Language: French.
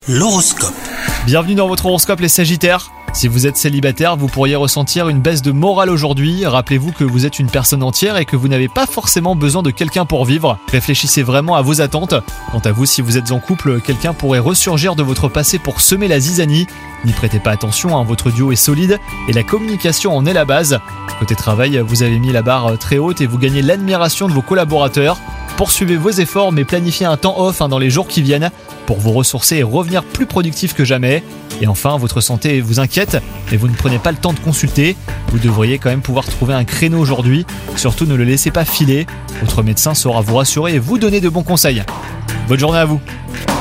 L'horoscope. Bienvenue dans votre horoscope les Sagittaires. Si vous êtes célibataire, vous pourriez ressentir une baisse de morale aujourd'hui. Rappelez-vous que vous êtes une personne entière et que vous n'avez pas forcément besoin de quelqu'un pour vivre. Réfléchissez vraiment à vos attentes. Quant à vous, si vous êtes en couple, quelqu'un pourrait ressurgir de votre passé pour semer la zizanie. N'y prêtez pas attention, votre duo est solide et la communication en est la base. Côté travail, vous avez mis la barre très haute et vous gagnez l'admiration de vos collaborateurs. Poursuivez vos efforts mais planifiez un temps off dans les jours qui viennent pour vous ressourcer et revenir plus productif que jamais. Et enfin, votre santé vous inquiète, mais vous ne prenez pas le temps de consulter. Vous devriez quand même pouvoir trouver un créneau aujourd'hui. Surtout ne le laissez pas filer. Votre médecin saura vous rassurer et vous donner de bons conseils. Bonne journée à vous.